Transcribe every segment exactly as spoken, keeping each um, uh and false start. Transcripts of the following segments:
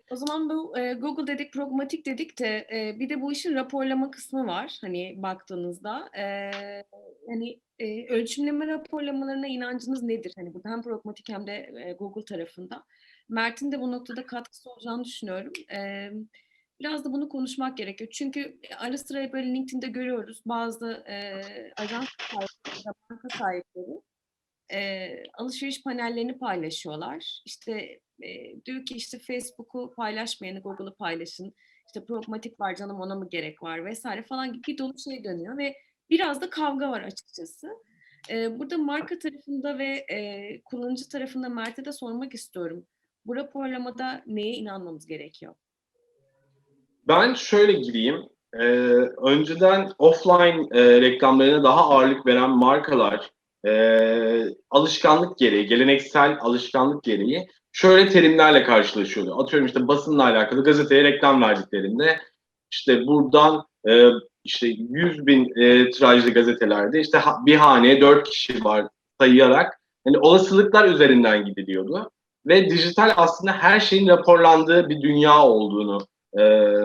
O zaman bu e, Google dedik, pragmatik dedik de e, bir de bu işin raporlama kısmı var. Hani baktığınızda e, hani e, ölçümleme raporlamalarına inancınız nedir? Hani bu hem pragmatik hem de e, Google tarafında. Mert'in de bu noktada katkısı olacağını düşünüyorum. E, biraz da bunu konuşmak gerekiyor. Çünkü ara sıra böyle LinkedIn'de görüyoruz bazı e, ajans sahipleri ya da marka sahipleri e, alışveriş panellerini paylaşıyorlar. İşte e, diyor ki işte Facebook'u paylaşmayanı Google'ı paylaşın. İşte pragmatik var canım ona mı gerek var vesaire falan gibi bir dolu şey dönüyor ve biraz da kavga var açıkçası. E, burada marka tarafında ve e, kullanıcı tarafında Mert'e de sormak istiyorum. Bu raporlamada neye inanmamız gerekiyor? Ben şöyle gireyim. Ee, önceden offline e, reklamlarına daha ağırlık veren markalar e, alışkanlık gereği, geleneksel alışkanlık gereği şöyle terimlerle karşılaşıyordu. Atıyorum işte basınla alakalı gazeteye reklam verdiklerinde işte buradan e, işte yüz bin e, tirajlı gazetelerde işte ha, bir haneye dört kişi var sayarak hani olasılıklar üzerinden gidiliyordu. Ve dijital aslında her şeyin raporlandığı bir dünya olduğunu e,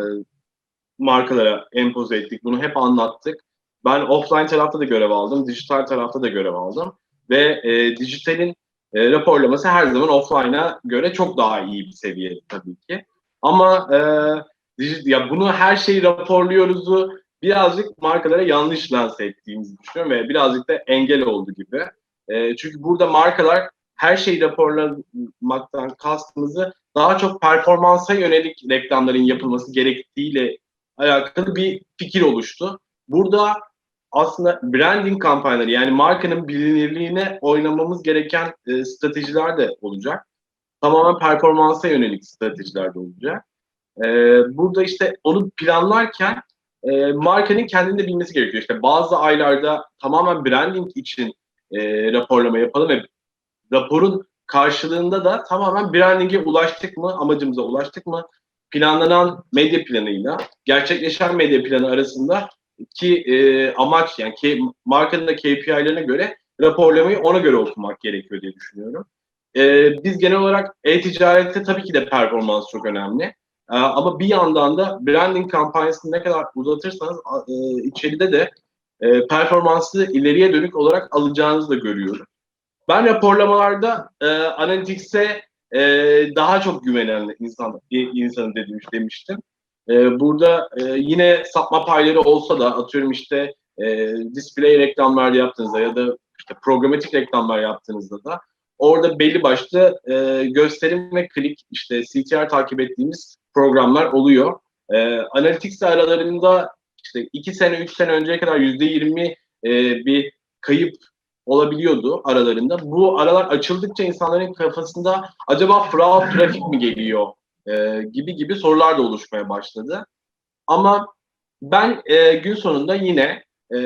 markalara empoze ettik. Bunu hep anlattık. Ben offline tarafta da görev aldım, dijital tarafta da görev aldım. Ve e, dijitalin e, raporlaması her zaman offline'a göre çok daha iyi bir seviye tabii ki. Ama e, dijit, ya bunu her şeyi raporluyoruzu birazcık markalara yanlış lanse ettiğimizi düşünüyorum ve birazcık da engel oldu gibi. E, çünkü burada markalar her şeyi raporlamaktan kastımızı daha çok performansa yönelik reklamların yapılması gerektiğiyle alakalı bir fikir oluştu. Burada aslında branding kampanyaları yani markanın bilinirliğine oynamamız gereken e, stratejiler de olacak. Tamamen performansa yönelik stratejiler de olacak. E, burada işte onu planlarken e, markanın kendini de bilmesi gerekiyor. İşte bazı aylarda tamamen branding için e, raporlama yapalım ve raporun karşılığında da tamamen branding'e ulaştık mı, amacımıza ulaştık mı, planlanan medya planıyla gerçekleşen medya planı arasında ki e, amaç yani ki, markanın da K P I'lerine göre raporlamayı ona göre okumak gerekiyor diye düşünüyorum. E, biz genel olarak e-ticarette tabii ki de performans çok önemli. E, ama bir yandan da branding kampanyasını ne kadar uzatırsanız e, içeride de e, performansı ileriye dönük olarak alacağınızı da görüyorum. Ben raporlamalarda e, Analytics'e e, daha çok güvenen insan insanı demiş, demiştim. E, burada e, yine sapma payları olsa da atıyorum işte e, display reklamlar yaptığınızda ya da işte programatik reklamlar yaptığınızda da orada belli başlı e, gösterim ve klik işte C T R takip ettiğimiz programlar oluyor. E, Analytics aralarında işte iki sene, üç sene önceye kadar yüzde yirmi e, bir kayıp olabiliyordu aralarında. Bu aralar açıldıkça insanların kafasında acaba fraud trafik mi geliyor e, gibi gibi sorular da oluşmaya başladı. Ama ben e, gün sonunda yine e,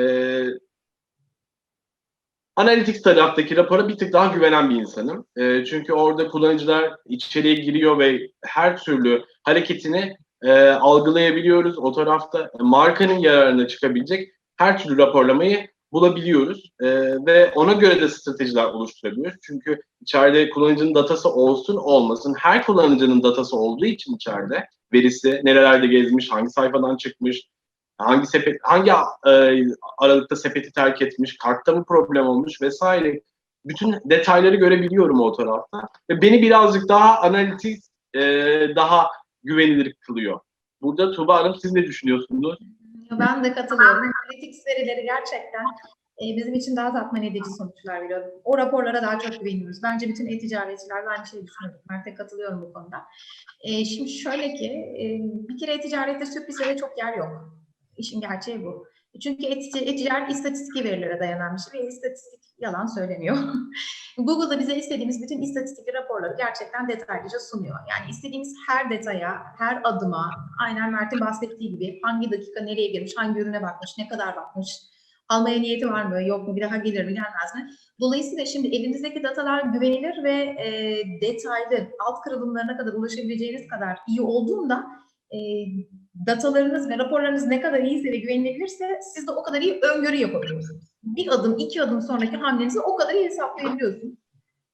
Analytics taraftaki rapora bir tık daha güvenen bir insanım. E, çünkü orada kullanıcılar içeriye giriyor ve her türlü hareketini e, algılayabiliyoruz. O tarafta e, markanın yararına çıkabilecek her türlü raporlamayı bulabiliyoruz. E, ve ona göre de stratejiler oluşturabiliyoruz. Çünkü içeride kullanıcının datası olsun olmasın, her kullanıcının datası olduğu için içeride verisi nerelerde gezmiş, hangi sayfadan çıkmış, hangi sepet, hangi e, aralıkta sepeti terk etmiş, kartta mı problem olmuş vesaire. Bütün detayları görebiliyorum o tarafta. Ve beni birazcık daha analitik, e, daha güvenilir kılıyor. Burada Tuğba Hanım siz ne düşünüyorsunuz? Ben de katılıyorum. Analytics verileri gerçekten e, bizim için daha tatmin edici sonuçlar veriyor. O raporlara daha çok güveniyoruz. Bence bütün e-ticaretçiler de aynı şeyi düşünüyorum. Mert'e katılıyorum bu konuda. E, şimdi şöyle ki, e, bir kere e-ticarette sürprizlere çok yer yok. İşin gerçeği bu. Çünkü e-ticaret istatistik verilere dayanan bir şey ve istatistik yalan söylemiyor. Google'da bize istediğimiz bütün istatistik raporları gerçekten detaylıca sunuyor. Yani istediğimiz her detaya, her adıma, aynen Mert'in bahsettiği gibi hangi dakika nereye girmiş, hangi ürüne bakmış, ne kadar bakmış, almaya niyeti var mı, yok mu, bir daha gelir mi, gelmez mi? Dolayısıyla şimdi elinizdeki datalar güvenilir ve e, detaylı, alt kırılımlarına kadar ulaşabileceğiniz kadar iyi olduğunda e, datalarınız ve raporlarınız ne kadar iyiyse ve güvenilebilirse siz de o kadar iyi öngörü yapabiliyorsunuz. Bir adım, iki adım sonraki hamlenizi o kadar iyi hesaplayabiliyorsunuz.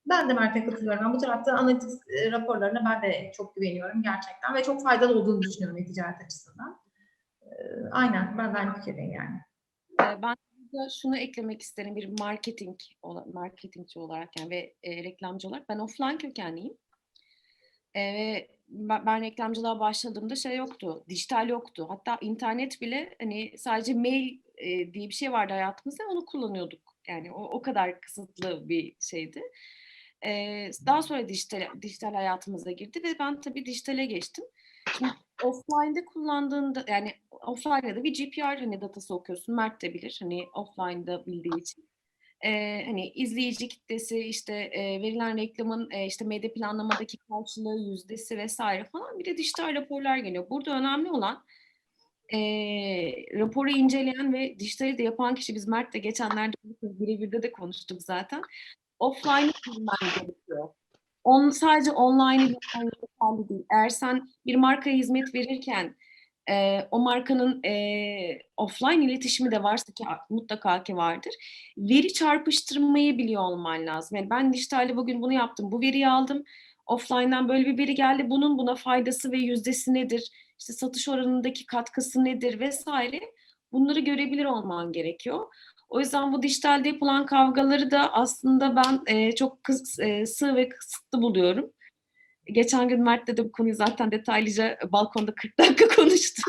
Ben de Mert'e katılıyorum. Ben bu tarafta analitik e, raporlarına ben de çok güveniyorum gerçekten ve çok faydalı olduğunu düşünüyorum e-ticaret açısından. E, aynen, ben de aynı fikirdeyim yani. Ee, Ben burada şunu eklemek isterim bir marketing ola- marketingçi olarak yani ve e, reklamcı olarak. Ben offline kökenliyim. Ee, ve ben, ben reklamcılığa başladığımda şey yoktu, dijital yoktu. Hatta internet bile hani sadece mail e, diye bir şey vardı hayatımızda, onu kullanıyorduk. Yani o, o kadar kısıtlı bir şeydi. Ee, daha sonra dijital, dijital hayatımıza girdi ve ben tabii dijitale geçtim. Şimdi offline'de kullandığında yani offline'da da bir G P R hani datası okuyorsun. Mert de bilir hani offline'da bildiği için. Ee, hani izleyici kitlesi işte e, verilen reklamın e, işte medya planlamadaki karşılığı yüzdesi vesaire falan bir de dijital raporlar geliyor. Burada önemli olan e, raporu inceleyen ve dijitali de yapan kişi biz Mert'le geçenlerde birebirde de konuştuk zaten. Offline'ı bilmen gerekiyor. On, sadece online'ı bilmen yeterli değil. Eğer sen bir markaya hizmet verirken e, o markanın e, offline iletişimi de varsa ki mutlaka ki vardır. Veri çarpıştırmayı biliyor olman lazım. Yani ben dijitalde bugün bunu yaptım. Bu veriyi aldım. Offline'dan böyle bir veri geldi. Bunun buna faydası ve yüzdesi nedir? İşte satış oranındaki katkısı nedir vesaire. Bunları görebilir olman gerekiyor. O yüzden bu dijitalde yapılan kavgaları da aslında ben e, çok kıs, e, sığ ve kısıtlı buluyorum. Geçen gün Mert'le de bu konuyu zaten detaylıca balkonda kırk dakika konuştuk.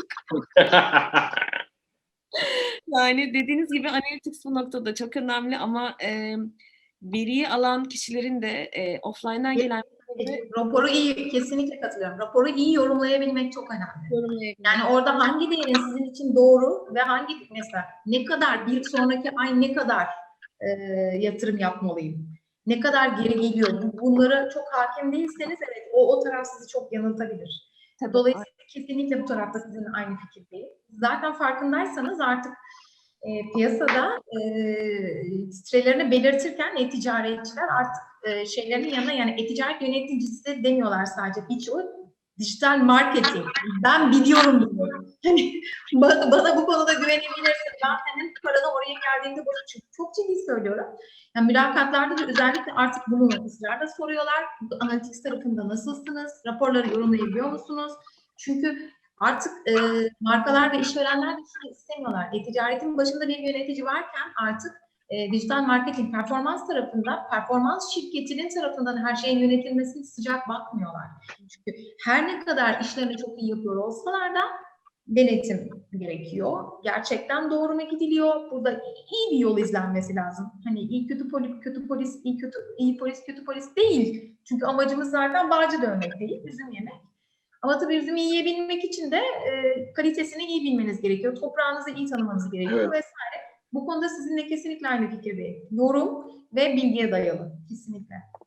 Yani dediğiniz gibi analytics bu noktada çok önemli ama e, veriyi alan kişilerin de e, offline'dan gelen Raporu iyi, kesinlikle katılıyorum. Raporu iyi yorumlayabilmek çok önemli. yorumlayabilmek. Yani orada hangi değerin sizin için doğru ve hangi mesela ne kadar bir sonraki ay ne kadar e, yatırım yapmalıyım? Ne kadar geri geliyor? Bunlara çok hakim değilseniz evet o, o taraf sizi çok yanıltabilir. Tabii. Dolayısıyla kesinlikle bu tarafta sizinle aynı fikirdeyim. Zaten farkındaysanız artık e, piyasada e, titrelerini belirtirken e-ticaretçiler artık e, şeylerin yanına yani e-ticaret yöneticisi demiyorlar sadece. Birçoğu dijital marketing. Ben biliyorum bunu. Hani bana, bana bu konuda güvenebilirsin. Ben senin paranı oraya geldiğinde boş çünkü çok ciddi söylüyorum. Yani mülakatlarda da özellikle artık bunu ısrarla soruyorlar. Analytics tarafında nasılsınız? Raporları yorumlayabiliyor musunuz? Çünkü artık e, markalar ve işverenler de şunu istemiyorlar. E-ticaretin başında bir yönetici varken artık e, dijital marketing performans tarafında performans şirketinin tarafından her şeyin yönetilmesini sıcak bakmıyorlar. Çünkü her ne kadar işlerini çok iyi yapıyor olsalar da denetim gerekiyor. Gerçekten doğru mu gidiliyor? Burada iyi bir yol izlenmesi lazım. Hani iyi kötü polis, kötü polis, iyi kötü iyi polis, kötü polis değil. Çünkü amacımız zaten bağcı dövmek değil, üzüm yemek. Ama tabii üzümü yiyebilmek için de e, kalitesini iyi bilmeniz gerekiyor. Toprağınızı iyi tanımanız gerekiyor Evet. vesaire. Bu konuda sizinle kesinlikle aynı fikirdeyim. Yorum ve bilgiye dayalı. Kesinlikle.